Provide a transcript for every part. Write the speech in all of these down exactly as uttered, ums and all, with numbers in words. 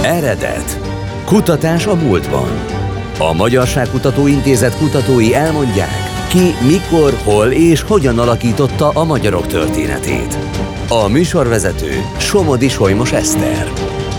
Eredet. Kutatás a múltban. A Magyarságkutató Intézet kutatói elmondják, ki, mikor, hol és hogyan alakította a magyarok történetét. A műsorvezető Somodi Solymos Eszter.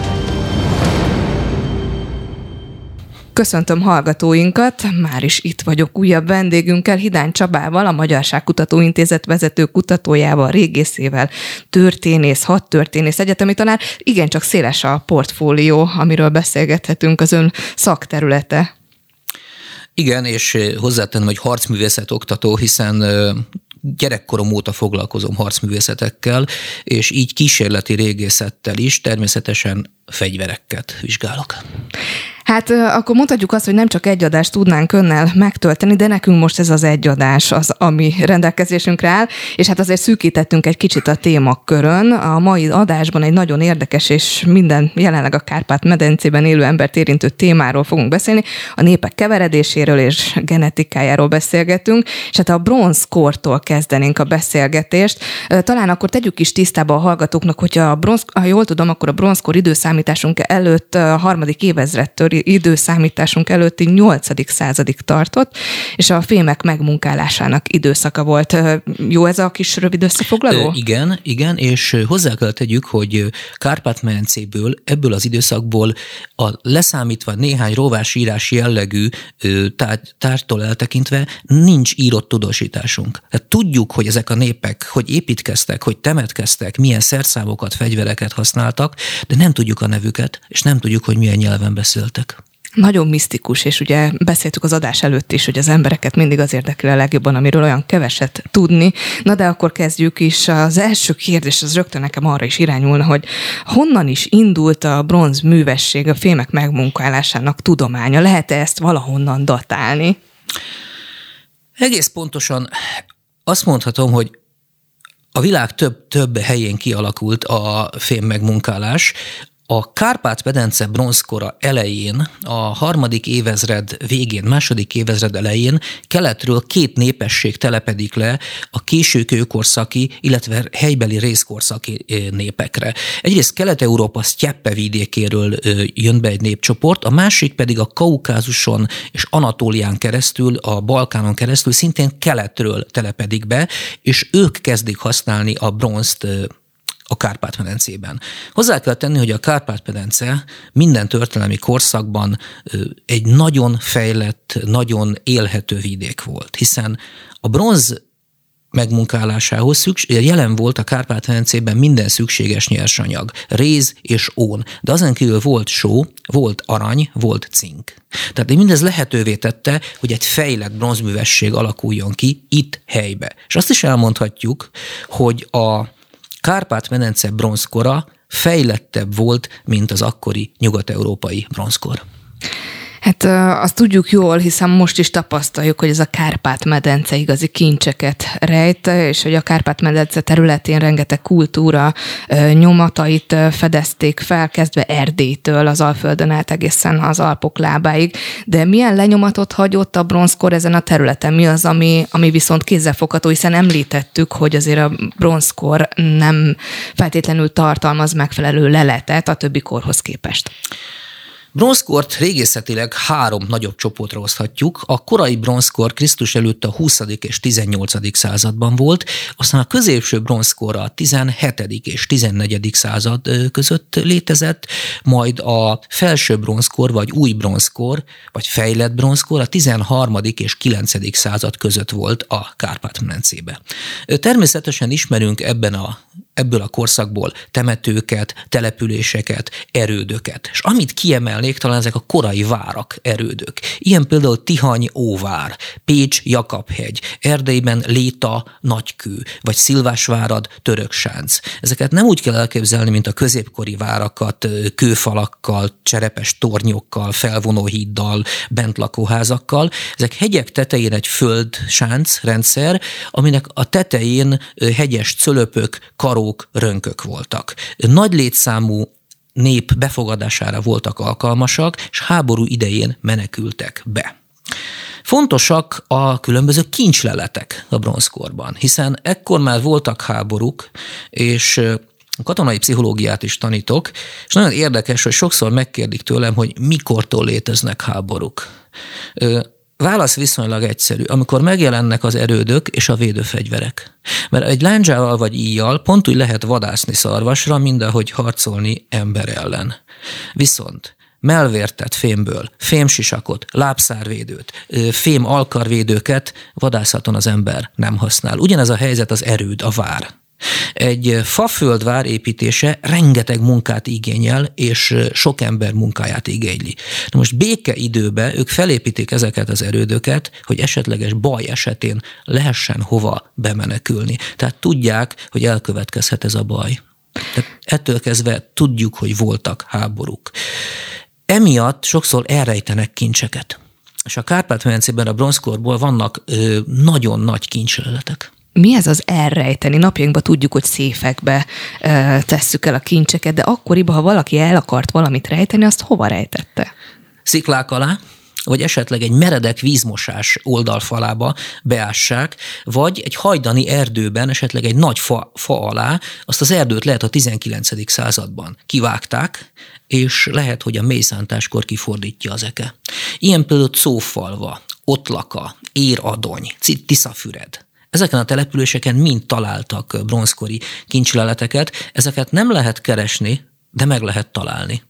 Köszöntöm hallgatóinkat, már is itt vagyok újabb vendégünkkel, Hidány Csabával, a Magyarságkutató Intézet vezető kutatójával, régészével, történész, hadtörténész, egyetemi tanár. Igencsak széles a portfólió, amiről beszélgethetünk, az ön szakterülete. Igen, és hozzátenem, hogy harcművészet oktató, hiszen gyerekkorom óta foglalkozom harcművészetekkel, és így kísérleti régészettel is, természetesen fegyvereket vizsgálok. Hát akkor mondhatjuk azt, hogy nem csak egy adást tudnánk önnel megtölteni, de nekünk most ez az egy adás az, ami rendelkezésünkre áll, és hát azért szűkítettünk egy kicsit a témakörön. A mai adásban egy nagyon érdekes és minden jelenleg a Kárpát-medencében élő embert érintő témáról fogunk beszélni. A népek keveredéséről és genetikájáról beszélgetünk, és hát a bronzkortól kezdenénk a beszélgetést. Talán akkor tegyük is tisztába a hallgatóknak, hogyha a bronz, ha jól tudom, akkor a bronzkor időszámításunk előtt a harmadik évezredtől időszámításunk előtti nyolcadik századig tartott, és a fémek megmunkálásának időszaka volt. Jó ez a kis rövid összefoglaló? Igen, igen, és hozzá kell tegyük, hogy Kárpát-medencéből, ebből az időszakból a leszámítva néhány rovásírás jellegű tárgytól eltekintve nincs írott tudósításunk. Tehát tudjuk, hogy ezek a népek, hogy építkeztek, hogy temetkeztek, milyen szerszámokat, fegyvereket használtak, de nem tudjuk a nevüket, és nem tudjuk, hogy milyen nyelven beszéltek. Nagyon misztikus, és ugye beszéltük az adás előtt is, hogy az embereket mindig az érdekli a legjobban, amiről olyan keveset tudni. Na de akkor kezdjük is. Az első kérdés az rögtön nekem arra is irányulna, hogy honnan is indult a bronz művesség, a fémek megmunkálásának tudománya? Lehet-e ezt valahonnan datálni? Egész pontosan azt mondhatom, hogy a világ több, több helyén kialakult a fém megmunkálás. A Kárpát-medence bronzkora elején, a harmadik évezred végén, második évezred elején keletről két népesség telepedik le a késő kőkorszaki, illetve helybeli részkorszaki népekre. Egyrészt Kelet-Európa sztyeppe vidékéről jön be egy népcsoport, a másik pedig a Kaukázuson és Anatólián keresztül, a Balkánon keresztül szintén keletről telepedik be, és ők kezdik használni a bronzt a Kárpát-medencében. Hozzá kell tenni, hogy a Kárpát-medence minden történelmi korszakban egy nagyon fejlett, nagyon élhető vidék volt, hiszen a bronz megmunkálásához szükség, jelen volt a Kárpát-medencében minden szükséges nyersanyag, réz és ón, de azon kívül volt só, volt arany, volt cink. Tehát mindez lehetővé tette, hogy egy fejlett bronzművesség alakuljon ki itt helybe. És azt is elmondhatjuk, hogy a Kárpát-medence bronzkora fejlettebb volt, mint az akkori nyugat-európai bronzkor. Hát azt tudjuk jól, hiszen most is tapasztaljuk, hogy ez a Kárpát-medence igazi kincseket rejt, és hogy a Kárpát-medence területén rengeteg kultúra nyomatait fedezték fel, kezdve Erdélytől az Alföldön át egészen az Alpok lábáig. De milyen lenyomatot hagyott a bronzkor ezen a területen? Mi az, ami, ami viszont kézzelfogható, hiszen említettük, hogy azért a bronzkor nem feltétlenül tartalmaz megfelelő leletet a többi korhoz képest. Bronzkort régészetileg három nagyobb csoportra oszthatjuk. A korai bronzkor Krisztus előtt a huszadik és tizennyolcadik században volt, aztán a középső bronzkor a tizenhetedik és tizennegyedik század között létezett, majd a felső bronzkor, vagy új bronzkor, vagy fejlett bronzkor a tizenharmadik és kilencedik század között volt a Kárpát-medencébe. Természetesen ismerünk ebben a ebből a korszakból temetőket, településeket, erődöket. És amit kiemelnék, talán ezek a korai várak, erődök. Ilyen például Tihany óvár, Pécs Jakabhegy, Erdélyben Léta Nagykő, vagy Szilvásvárad Töröksánc. Ezeket nem úgy kell elképzelni, mint a középkori várakat, kőfalakkal, cserepes tornyokkal, felvonóhíddal, bentlakóházakkal. Ezek hegyek tetején egy földsánc rendszer, aminek a tetején hegyes cölöpök, karók, rönkök voltak. Nagy létszámú nép befogadására voltak alkalmasak, és háború idején menekültek be. Fontosak a különböző kincsleletek a bronzkorban, hiszen ekkor már voltak háborúk, és katonai pszichológiát is tanítok, és nagyon érdekes, hogy sokszor megkérdik tőlem, hogy mikortól léteznek háborúk. Válasz viszonylag egyszerű, amikor megjelennek az erődök és a védőfegyverek. Mert egy lándzsával vagy íjjal pont úgy lehet vadászni szarvasra, mint ahogy harcolni ember ellen. Viszont mellvértet fémből, fémsisakot, lábszárvédőt, fém alkarvédőket vadászaton az ember nem használ. Ugyanez a helyzet az erőd, a vár. Egy faföldvár építése rengeteg munkát igényel, és sok ember munkáját igényli. Na most békeidőben ők felépítik ezeket az erődöket, hogy esetleges baj esetén lehessen hova bemenekülni. Tehát tudják, hogy elkövetkezhet ez a baj. Tehát ettől kezdve tudjuk, hogy voltak háborúk. Emiatt sokszor elrejtenek kincseket. És a Kárpát-medencében a bronzkorból vannak ö, nagyon nagy kincsleletek. Mi ez az elrejteni? Napjainkban tudjuk, hogy széfekbe ö, tesszük el a kincseket, de akkoriban, ha valaki el akart valamit rejteni, azt hova rejtette? Sziklák alá, vagy esetleg egy meredek vízmosás oldalfalába beássák, vagy egy hajdani erdőben, esetleg egy nagy fa, fa alá, azt az erdőt lehet a tizenkilencedik században kivágták, és lehet, hogy a mélyszántáskor kifordítja az eke. Ilyen például Czófalva, Ottlaka, Éradony, Tiszafüred. Ezeken a településeken mind találtak bronzkori kincsleleteket, ezeket nem lehet keresni, de meg lehet találni.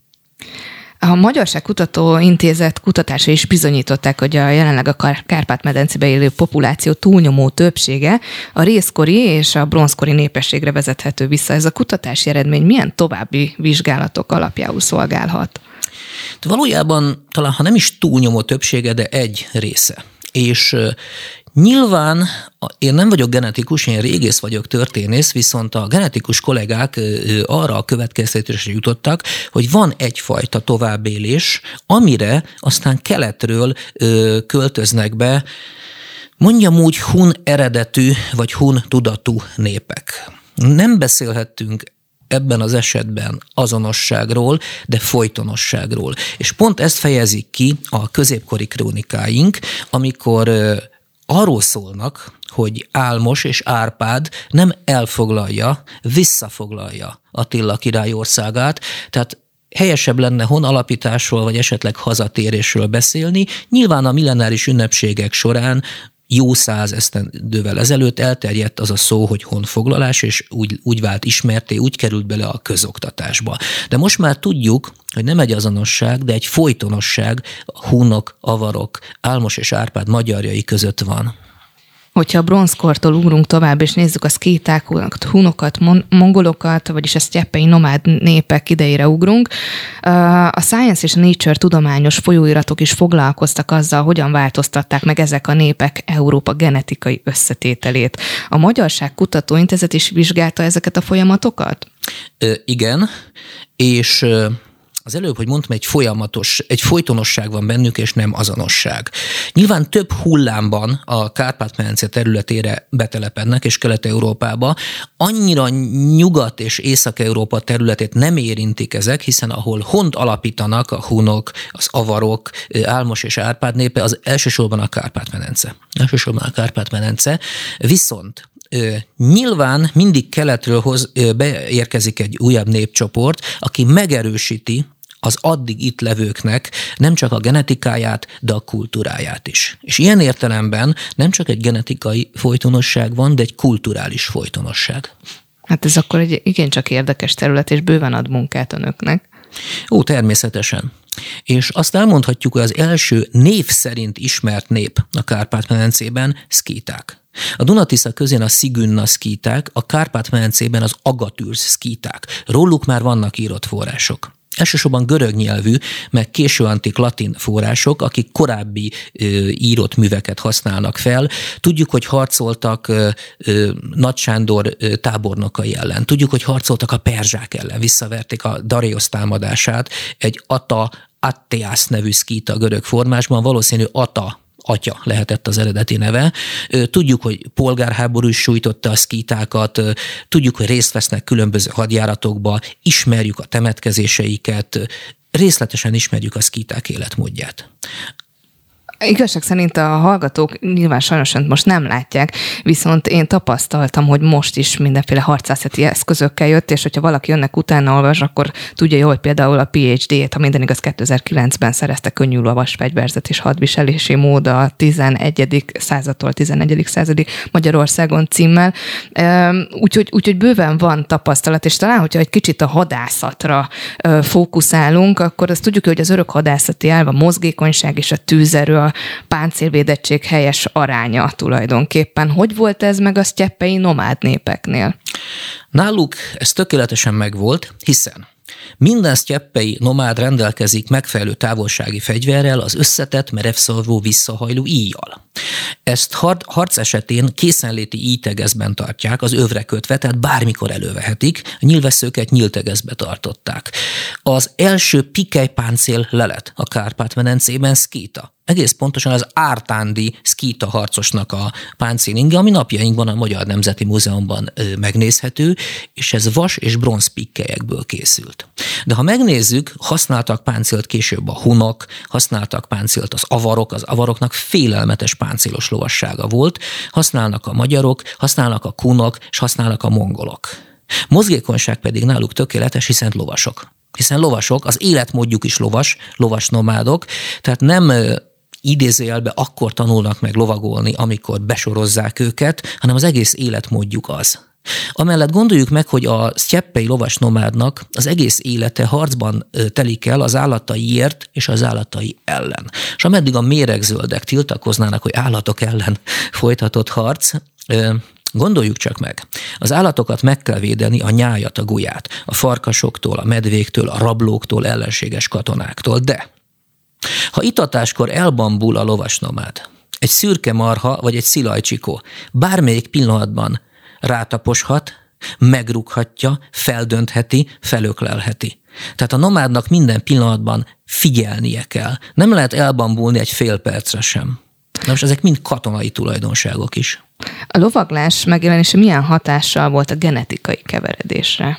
A Magyarság Kutató Intézet kutatásai is bizonyították, hogy a jelenleg a Kárpát-medencében élő populáció túlnyomó többsége a rézkori és a bronzkori népességre vezethető vissza. Ez a kutatási eredmény milyen további vizsgálatok alapjául szolgálhat? De valójában talán, ha nem is túlnyomó többsége, de egy része. És nyilván én nem vagyok genetikus, én régész vagyok, történész, viszont a genetikus kollégák arra a következtetésre jutottak, hogy van egyfajta továbbélés, amire aztán keletről költöznek be, mondjam úgy, hun eredetű vagy hun tudatú népek. Nem beszélhettünk ebben az esetben azonosságról, de folytonosságról. És pont ezt fejezik ki a középkori krónikáink, amikor arról szólnak, hogy Álmos és Árpád nem elfoglalja, visszafoglalja Attila király országát, tehát helyesebb lenne honalapításról, vagy esetleg hazatérésről beszélni. Nyilván a millenáris ünnepségek során jó száz esztendővel ezelőtt elterjedt az a szó, hogy honfoglalás, és úgy, úgy vált ismerté, úgy került bele a közoktatásba. De most már tudjuk, hogy nem egy azonosság, de egy folytonosság a hunok, avarok, Álmos és Árpád magyarjai között van. Hogyha a bronzkortól ugrunk tovább, és nézzük a szkétákat, hunokat, mongolokat, vagyis a sztyeppei nomád népek idejére ugrunk, a Science és a Nature tudományos folyóiratok is foglalkoztak azzal, hogyan változtatták meg ezek a népek Európa genetikai összetételét. A Magyarság Kutató Intézet is vizsgálta ezeket a folyamatokat? Ö, igen, és az előbb, hogy mondtam, egy folyamatos, egy folytonosság van bennük, és nem azonosság. Nyilván több hullámban a Kárpát-medence területére betelepednek, és Kelet-Európába. Annyira Nyugat- és Észak-Európa területét nem érintik ezek, hiszen ahol hont alapítanak a hunok, az avarok, Álmos és Árpád népe, az elsősorban a Kárpát-medence. Elsősorban a Kárpát-medence. Viszont nyilván mindig keletről hoz, beérkezik egy újabb népcsoport, aki megerősíti az addig itt levőknek nem csak a genetikáját, de a kultúráját is. És ilyen értelemben nem csak egy genetikai folytonosság van, de egy kulturális folytonosság. Hát ez akkor egy igencsak érdekes terület, és bőven ad munkát önöknek. Ó, természetesen. És azt elmondhatjuk, hogy az első név szerint ismert nép a Kárpát-medencében szkíták. A Duna-Tisza közén a szigünna szkíták, a Kárpát-medencében az agatűrsz szkíták. Róluk már vannak írott források. Elsősorban görög nyelvű, meg késő antik latin források, akik korábbi ö, írott műveket használnak fel. Tudjuk, hogy harcoltak ö, ö, Nagy Sándor ö, tábornokai ellen. Tudjuk, hogy harcoltak a perzsák ellen. Visszaverték a Dareiosz támadását. Egy Ata Atteász nevű szkíta görög formásban, valószínű Ata atya lehetett az eredeti neve. Tudjuk, hogy polgárháború is sújtotta a szkítákat, tudjuk, hogy részt vesznek különböző hadjáratokba, ismerjük a temetkezéseiket, részletesen ismerjük a szkíták életmódját. Igazság szerint a hallgatók nyilván sajnos most nem látják, viszont én tapasztaltam, hogy most is mindenféle harcászati eszközökkel jött, és hogyha valaki önnek utána olvas, akkor tudja jól, hogy például a pé há dé-t, ha minden igaz, kétezer-kilencben szerezte könnyű lovas fegyverzet és hadviselési mód a tizenegyedik századtól tizenegyedik századi Magyarországon címmel. Úgyhogy, úgyhogy bőven van tapasztalat, és talán, hogyha egy kicsit a hadászatra fókuszálunk, akkor azt tudjuk, hogy az örök hadászati elv, a mozgékonyság és a tűzerő, a páncélvédettség helyes aránya tulajdonképpen. Hogy volt ez meg a sztyeppei nomád népeknél? Náluk ez tökéletesen megvolt, hiszen minden sztyeppei nomád rendelkezik megfelelő távolsági fegyverrel, az összetett, merevszorvó, visszahajló íjjal. Ezt har- harc esetén készenléti íjtegezben tartják, az övre kötve, tehát bármikor elővehetik, a nyílvesszőket nyíltegezbe tartották. Az első pikelypáncél lelet a Kárpát-medencében szkíta. Egész pontosan az ártándi szkíta harcosnak a páncélinge, ami napjainkban a Magyar Nemzeti Múzeumban megnézhető, és ez vas és bronz pikkelyekből készült. De ha megnézzük, használtak páncélt később a hunok, használtak páncélt az avarok, az avaroknak félelmetes páncélos lovassága volt, használnak a magyarok, használnak a kunok, és használnak a mongolok. Mozgékonyság pedig náluk tökéletes, hiszen lovasok. Hiszen lovasok, az életmódjuk is lovas, lovas nomádok, tehát nem idézőjelbe akkor tanulnak meg lovagolni, amikor besorozzák őket, hanem az egész életmódjuk az. Amellett gondoljuk meg, hogy a sztyeppei lovas nomádnak az egész élete harcban telik el az állataiért és az állatai ellen. És ameddig a méregzöldek tiltakoznának, hogy állatok ellen folytatott harc, gondoljuk csak meg, az állatokat meg kell védeni, a nyájat, a guját, a farkasoktól, a medvéktől, a rablóktól, ellenséges katonáktól, de ha itatáskor elbambul a lovas nomád, egy szürke marha vagy egy szilajcsikó bármelyik pillanatban rátaposhat, megrúghatja, feldöntheti, felöklelheti. Tehát a nomádnak minden pillanatban figyelnie kell. Nem lehet elbambulni egy fél percre sem. Na most ezek mind katonai tulajdonságok is. A lovaglás megjelenése milyen hatással volt a genetikai keveredésre?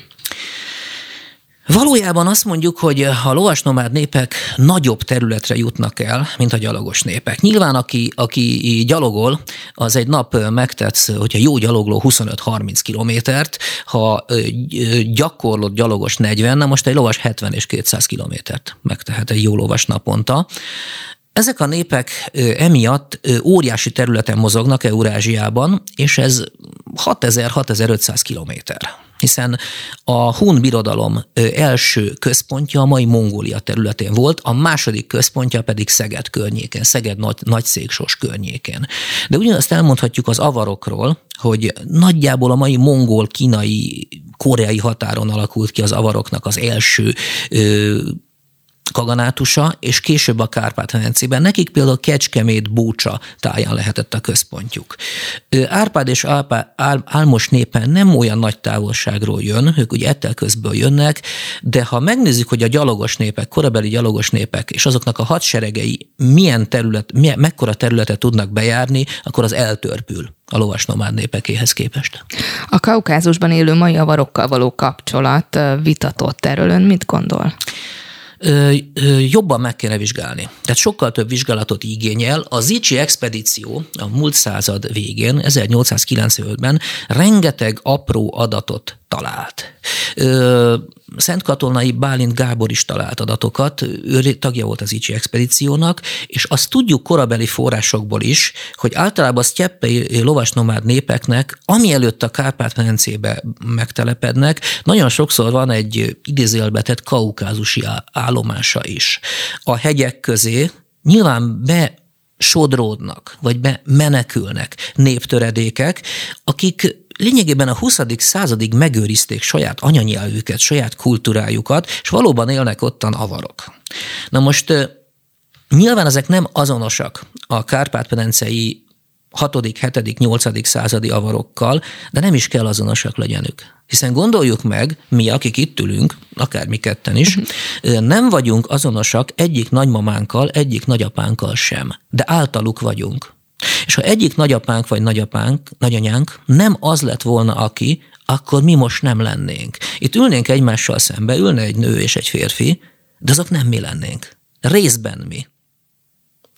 Valójában azt mondjuk, hogy a lovasnomád népek nagyobb területre jutnak el, mint a gyalogos népek. Nyilván, aki, aki gyalogol, az egy nap megtetsz, hogyha jó gyalogló huszonöt-harminc kilométert, ha gyakorlott gyalogos negyven, na most egy lovas hetven és kétszáz kilométert megtehet egy jó lovas naponta. Ezek a népek emiatt óriási területen mozognak Eurázsiában, és ez hatezer-hatezer-ötszáz kilométer. Hiszen a hun birodalom első központja a mai Mongólia területén volt, a második központja pedig Szeged környéken, Szeged nagy, Nagyszéksos környékén. De ugyanazt elmondhatjuk az avarokról, hogy nagyjából a mai mongol-kínai, koreai határon alakult ki az avaroknak az első ö, kaganátusa, és később a Kárpát-medencében. Nekik például Kecskemét, Búcsa táján lehetett a központjuk. Árpád és Álpá, Ál, Álmos népen nem olyan nagy távolságról jön, ők ugye Ettelközből jönnek, de ha megnézzük, hogy a gyalogos népek, korabeli gyalogos népek és azoknak a hadseregei milyen terület, milyen, mekkora területet tudnak bejárni, akkor az eltörpül a lovasnomád népekéhez képest. A Kaukázusban élő mai avarokkal való kapcsolat vitatott, erről ön mit gondol? Jobban meg kéne vizsgálni. Tehát sokkal több vizsgálatot igényel. A Zichy expedíció a múlt század végén, ezernyolcszázkilencvenötben rengeteg apró adatot talált. Szentkatonai Bálint Gábor is talált adatokat, ő tagja volt az Zichy expedíciónak, és azt tudjuk korabeli forrásokból is, hogy általában a sztyeppei lovasnomád népeknek, ami előtt a Kárpát-medencébe megtelepednek, nagyon sokszor van egy idézőjelbe tett kaukázusi állomása is. A hegyek közé nyilván be sodródnak, vagy menekülnek néptöredékek, akik lényegében a huszadik századig megőrizték saját anyanyelvüket, saját kultúrájukat, és valóban élnek ottan avarok. Na most nyilván ezek nem azonosak a kárpát-medencei hatodik, hetedik, nyolcadik századi avarokkal, de nem is kell azonosak legyenük. Hiszen gondoljuk meg, mi, akik itt ülünk, akár mi ketten is, nem vagyunk azonosak egyik nagymamánkkal, egyik nagyapánkkal sem, de általuk vagyunk. És ha egyik nagyapánk vagy nagyapánk, nagyanyánk nem az lett volna, aki, akkor mi most nem lennénk. Itt ülnénk egymással szembe, ülne egy nő és egy férfi, de azok nem mi lennénk. Részben mi.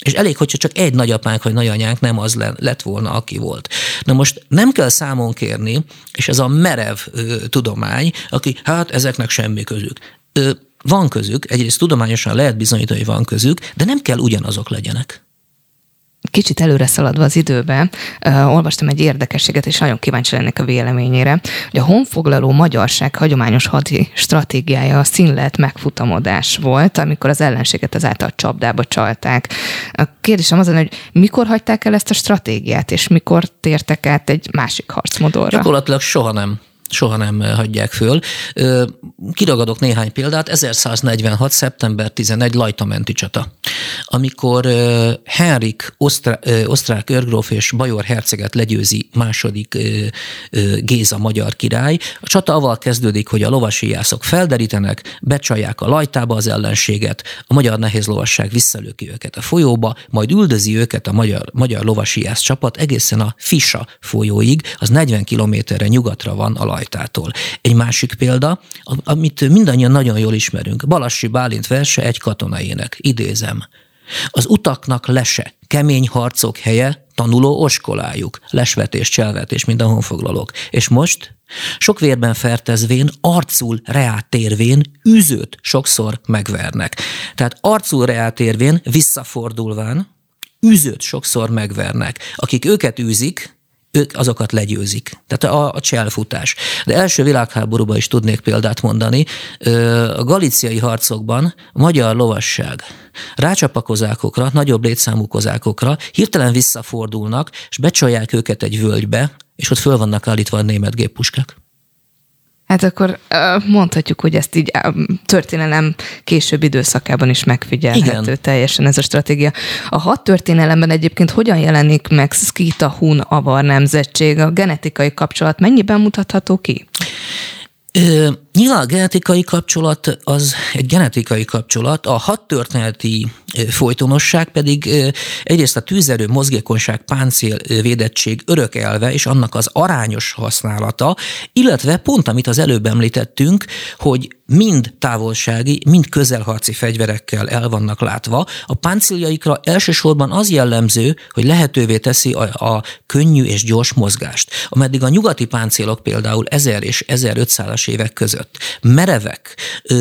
És elég, hogyha csak egy nagyapánk vagy nagyanyánk nem az lett volna, aki volt. Na most nem kell számon kérni, és ez a merev ö, tudomány, aki hát ezeknek semmi közük. Ö, van közük, egyrészt tudományosan lehet bizonyítani, hogy van közük, de nem kell ugyanazok legyenek. Kicsit előre szaladva az időbe, uh, olvastam egy érdekességet, és nagyon kíváncsi lennék a véleményére, hogy a honfoglaló magyarság hagyományos hadi stratégiája a színlelt megfutamodás volt, amikor az ellenséget ezáltal csapdába csalták. A kérdésem az, hogy mikor hagyták el ezt a stratégiát, és mikor tértek át egy másik harcmodorra? Gyakorlatilag soha nem. soha nem hagyják föl. Kiragadok néhány példát. ezerszáznegyvenhat. szeptember tizenegy. Lajtamenti csata. Amikor Henrik osztrák, osztrák őrgróf és bajor herceget legyőzi második Géza magyar király. A csata avval kezdődik, hogy a lovasíjászok felderítenek, becsalják a Lajtába az ellenséget, a magyar nehéz lovasság visszalöki őket a folyóba, majd üldözi őket a magyar, magyar lovasíjász csapat egészen a Fisa folyóig, az negyven kilométerre nyugatra van a Lajtától. Egy másik példa, amit mindannyian nagyon jól ismerünk, Balassi Bálint verse Egy katonaének. Idézem. Az utaknak lese, kemény harcok helye, tanuló oskolájuk, lesvetés, cselvetés, mind a honfoglalók. És most sok vérben fertezvén, arcul reátérvén, űzőt sokszor megvernek. Tehát arcul reátérvén, visszafordulván, űzőt sokszor megvernek. Akik őket űzik, ők azokat legyőzik. Tehát a, a cselfutás. De első világháborúban is tudnék példát mondani. A galíciai harcokban a magyar lovasság rácsap a kozákokra, nagyobb létszámú kozákokra, hirtelen visszafordulnak, és becsalják őket egy völgybe, és ott föl vannak állítva a német géppuskák. Hát akkor mondhatjuk, hogy ezt így történelem később időszakában is megfigyelhető. Igen. Teljesen ez a stratégia. A hadtörténelemben egyébként hogyan jelenik meg szkíta-hun avar nemzetség? A genetikai kapcsolat mennyiben mutatható ki? Ö, nyilván a genetikai kapcsolat az egy genetikai kapcsolat, a hadtörténeti folytonosság pedig ö, egyrészt a tűzerő, mozgékonyság, páncélvédettség örök elve és annak az arányos használata, illetve pont amit az előbb említettünk, hogy mind távolsági, mind közelharci fegyverekkel el vannak látva. A páncéljaikra elsősorban az jellemző, hogy lehetővé teszi a, a könnyű és gyors mozgást. Ameddig a nyugati páncélok például ezer és ezerötszázas évek között merevek,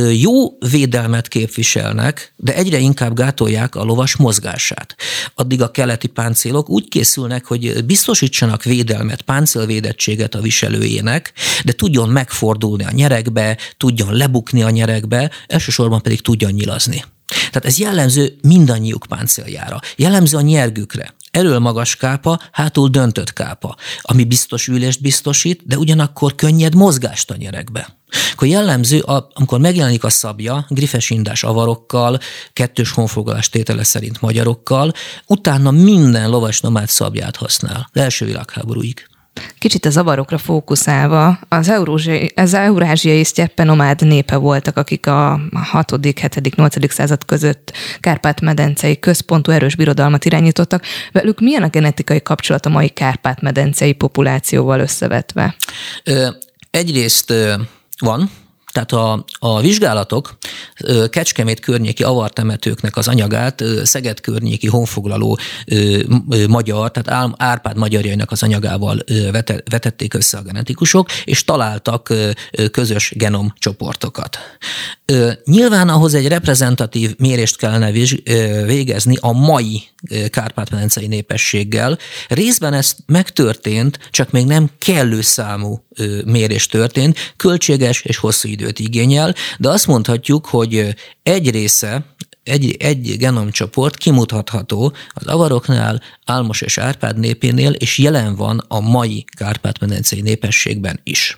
jó védelmet képviselnek, de egyre inkább gátolják a lovas mozgását. Addig a keleti páncélok úgy készülnek, hogy biztosítsanak védelmet, páncélvédettséget a viselőjének, de tudjon megfordulni a nyeregbe, tudjon lebukni a nyeregbe, elsősorban pedig tudjon nyilazni. Tehát ez jellemző mindannyiuk páncéljára. Jellemző a nyergükre. Elől magas kápa, hátul döntött kápa, ami biztos ülést biztosít, de ugyanakkor könnyed mozgást a nyeregbe. Akkor jellemző, a, amikor megjelenik a szabja, grifesindás avarokkal, kettős honfoglalás tétele szerint magyarokkal, utána minden lovas nomád szabját használ, az első világháborúig. Kicsit a zavarokra fókuszálva, az, eurózsiai, az eurázsiai sztyeppenomád népe voltak, akik a hatodik, hetedik, nyolcadik század között Kárpát-medencei központú erős birodalmat irányítottak. Velük milyen a genetikai kapcsolat a mai Kárpát-medencei populációval összevetve? Ö, egyrészt ö, van, tehát a, a vizsgálatok Kecskemét környéki avartemetőknek az anyagát Szeged környéki honfoglaló magyar, tehát Árpád magyarjainak az anyagával vetették össze a genetikusok, és találtak közös genomcsoportokat. Nyilván ahhoz egy reprezentatív mérést kellene végezni a mai kárpát-medencei népességgel. Részben ez megtörtént, csak még nem kellő számú mérés történt, költséges és hosszú időt igényel, de azt mondhatjuk, hogy egy része, egy, egy genomcsoport kimutatható az avaroknál, Álmos és Árpád népénél, és jelen van a mai kárpát-medencei népességben is.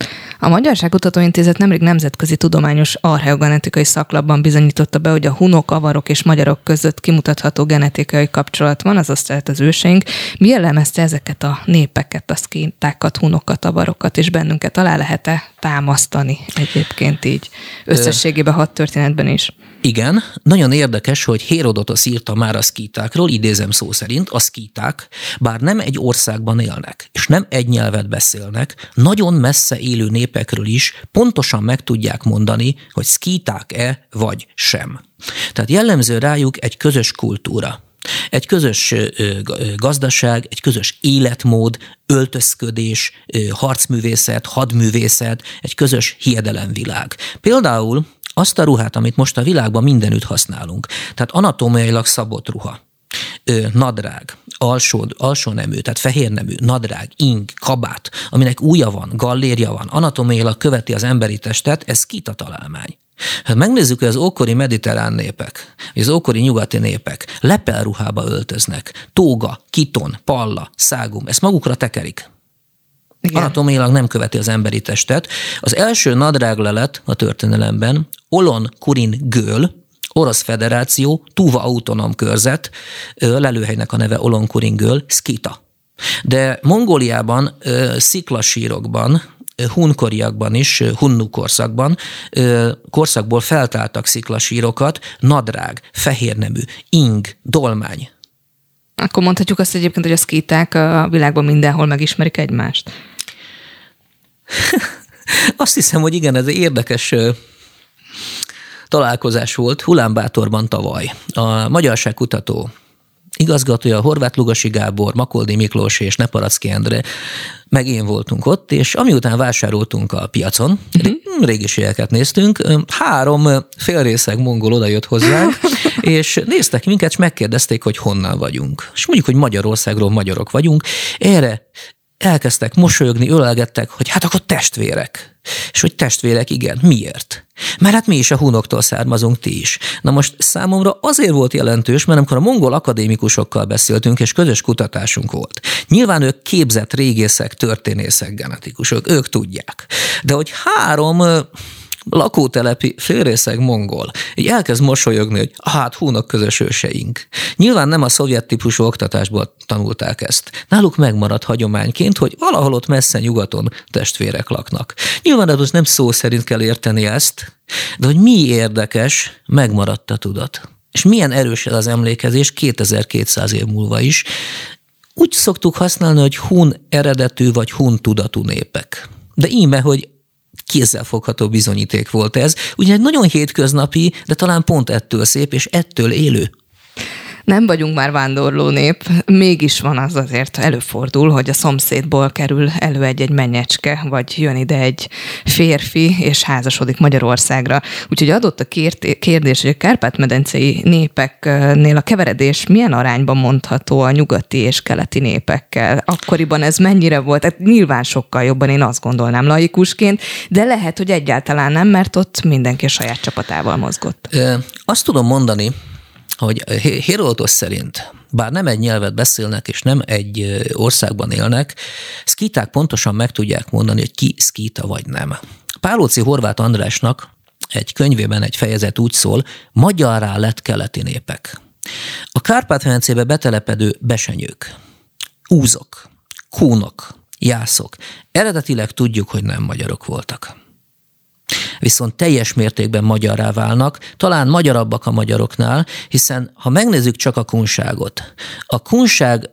A Magyarságkutató Intézet nemrég nemzetközi tudományos archeogenetikai szaklapban bizonyította be, hogy a hunok, avarok és magyarok között kimutatható genetikai kapcsolat van, azaz tehát az őseink. Mi jellemezte ezeket a népeket, a szkítákat, hunokat, avarokat, és bennünket alá lehet-e támasztani egyébként így összességében hadtörténetben is? Igen, nagyon érdekes, hogy Hérodotosz írta már a szkítákról, idézem szó szerint, a szkíták, bár nem egy országban élnek, és nem egy nyelvet beszélnek, nagyon messze élő népekről is pontosan meg tudják mondani, hogy szkíták-e vagy sem. Tehát jellemző rájuk egy közös kultúra. egy közös gazdaság, egy közös életmód, öltözködés, harcművészet, hadművészet, egy közös hiedelemvilág. Például azt a ruhát, amit most a világban mindenütt használunk, tehát anatómiailag szabott ruha, nadrág, alsó, alsó nemű, tehát fehér nemű, nadrág, ing, kabát, aminek ujja van, gallérja van, anatómiailag követi az emberi testet, ez szkíta találmány. Ha megnézzük, hogy az ókori mediterrán népek, vagy az ókori nyugati népek lepelruhába öltöznek, tóga, kiton, palla, szágum, ezt magukra tekerik. Igen. Anatómiailag nem követi az emberi testet. Az első nadráglelet a történelemben Olon Kurin Göl, Orosz Federáció, Tuva autonóm körzet, lelőhelynek a neve Olon Kurin Göl, szkíta. De Mongóliában, sziklasírokban, hunkoriakban is, hunnu korszakban, korszakból feltáltak sziklasírokat, nadrág, fehérnemű, ing, dolmány. Akkor mondhatjuk azt egyébként, hogy a szkíták a világban mindenhol megismerik egymást? Azt hiszem, hogy igen, ez egy érdekes találkozás volt Hulánbátorban tavaly. A magyarságkutató igazgatója, Horváth Lugasi Gábor, Makoldi Miklós és Neparacki Endre, meg én voltunk ott, és amiután vásároltunk a piacon, mm-hmm. régiségeket néztünk, három félrészeg mongol odajött hozzánk, és néztek minket, és megkérdezték, hogy honnan vagyunk. És mondjuk, hogy Magyarországról magyarok vagyunk. Erre elkezdtek mosolyogni, ölelgettek, hogy hát akkor testvérek. És hogy testvérek, igen, miért? Mert hát mi is a hunoktól származunk, ti is. Na most számomra azért volt jelentős, mert amikor a mongol akadémikusokkal beszéltünk, és közös kutatásunk volt. Nyilván ők képzett régészek, történészek, genetikusok, ők tudják. De hogy három lakótelepi félrészeg mongol így elkezd mosolyogni, hogy hát húnok közös őseink. Nyilván nem a szovjet típusú oktatásból tanulták ezt. Náluk megmaradt hagyományként, hogy valahol ott messze nyugaton testvérek laknak. Nyilván az nem szó szerint kell érteni ezt, de hogy mi érdekes, megmaradt a tudat. És milyen erős ez az emlékezés kétezer-kétszáz év múlva is. Úgy szoktuk használni, hogy hun eredetű vagy hun tudatú népek. De íme, hogy kézzelfogható bizonyíték volt ez. Ugye egy nagyon hétköznapi, de talán pont ettől szép és ettől élő. Nem vagyunk már vándorló nép, mégis van az azért, előfordul, hogy a szomszédból kerül elő egy-egy mennyecske, vagy jön ide egy férfi, és házasodik Magyarországra. Úgyhogy adott a kérdés, hogy a kárpát-medencei népeknél a keveredés milyen arányban mondható a nyugati és keleti népekkel? Akkoriban ez mennyire volt? Hát nyilván sokkal jobban, én azt gondolnám laikusként, de lehet, hogy egyáltalán nem, mert ott mindenki a saját csapatával mozgott. Ö, azt tudom mondani, hogy Hérodotosz szerint, bár nem egy nyelvet beszélnek, és nem egy országban élnek, szkíták pontosan meg tudják mondani, hogy ki szkíta vagy nem. Pálóczy Horváth Andrásnak egy könyvében egy fejezet úgy szól, magyarrá lett keleti népek. A Kárpát-medencébe betelepedő besenyők, úzok, kúnok, jászok, eredetileg tudjuk, hogy nem magyarok voltak. Viszont teljes mértékben magyarrá válnak, talán magyarabbak a magyaroknál, hiszen ha megnézzük csak a kunságot, a kunság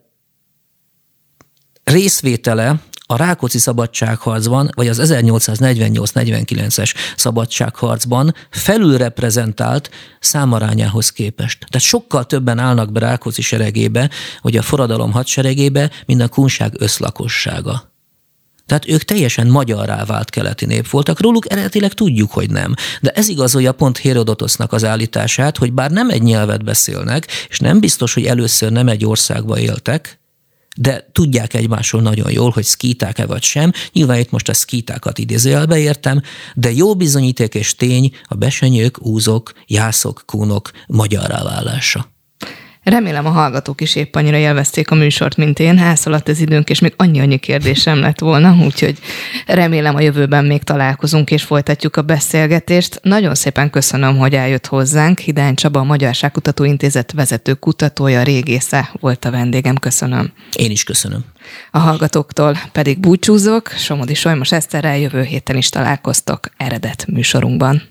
részvétele a Rákóczi szabadságharcban, vagy az ezernyolcszáznegyvennyolc-negyvenkilences szabadságharcban felülreprezentált számarányához képest. Tehát sokkal többen állnak be Rákóczi seregébe, vagy a forradalom hadseregébe, mint a kunság összlakossága. Tehát ők teljesen magyarrá vált keleti nép voltak, róluk eredetileg tudjuk, hogy nem. De ez igazolja pont Hérodotosznak az állítását, hogy bár nem egy nyelvet beszélnek, és nem biztos, hogy először nem egy országba éltek, de tudják egymásról nagyon jól, hogy szkíták-e vagy sem. Nyilván itt most a szkítákat idézőjelbe értem, de jó bizonyíték és tény a besenyők, úzok, jászok, kúnok magyarrá válása. Remélem a hallgatók is épp annyira élvezték a műsort, mint én. Elszaladt az időnk, és még annyi-annyi kérdésem lett volna, úgyhogy remélem a jövőben még találkozunk és folytatjuk a beszélgetést. Nagyon szépen köszönöm, hogy eljött hozzánk. Hidány Csaba, a Magyarságkutató Intézet vezető kutatója, régésze volt a vendégem. Köszönöm. Én is köszönöm. A hallgatóktól pedig búcsúzok. Somodi Solymos Eszterrel jövő héten is találkoztok eredet műsorunkban.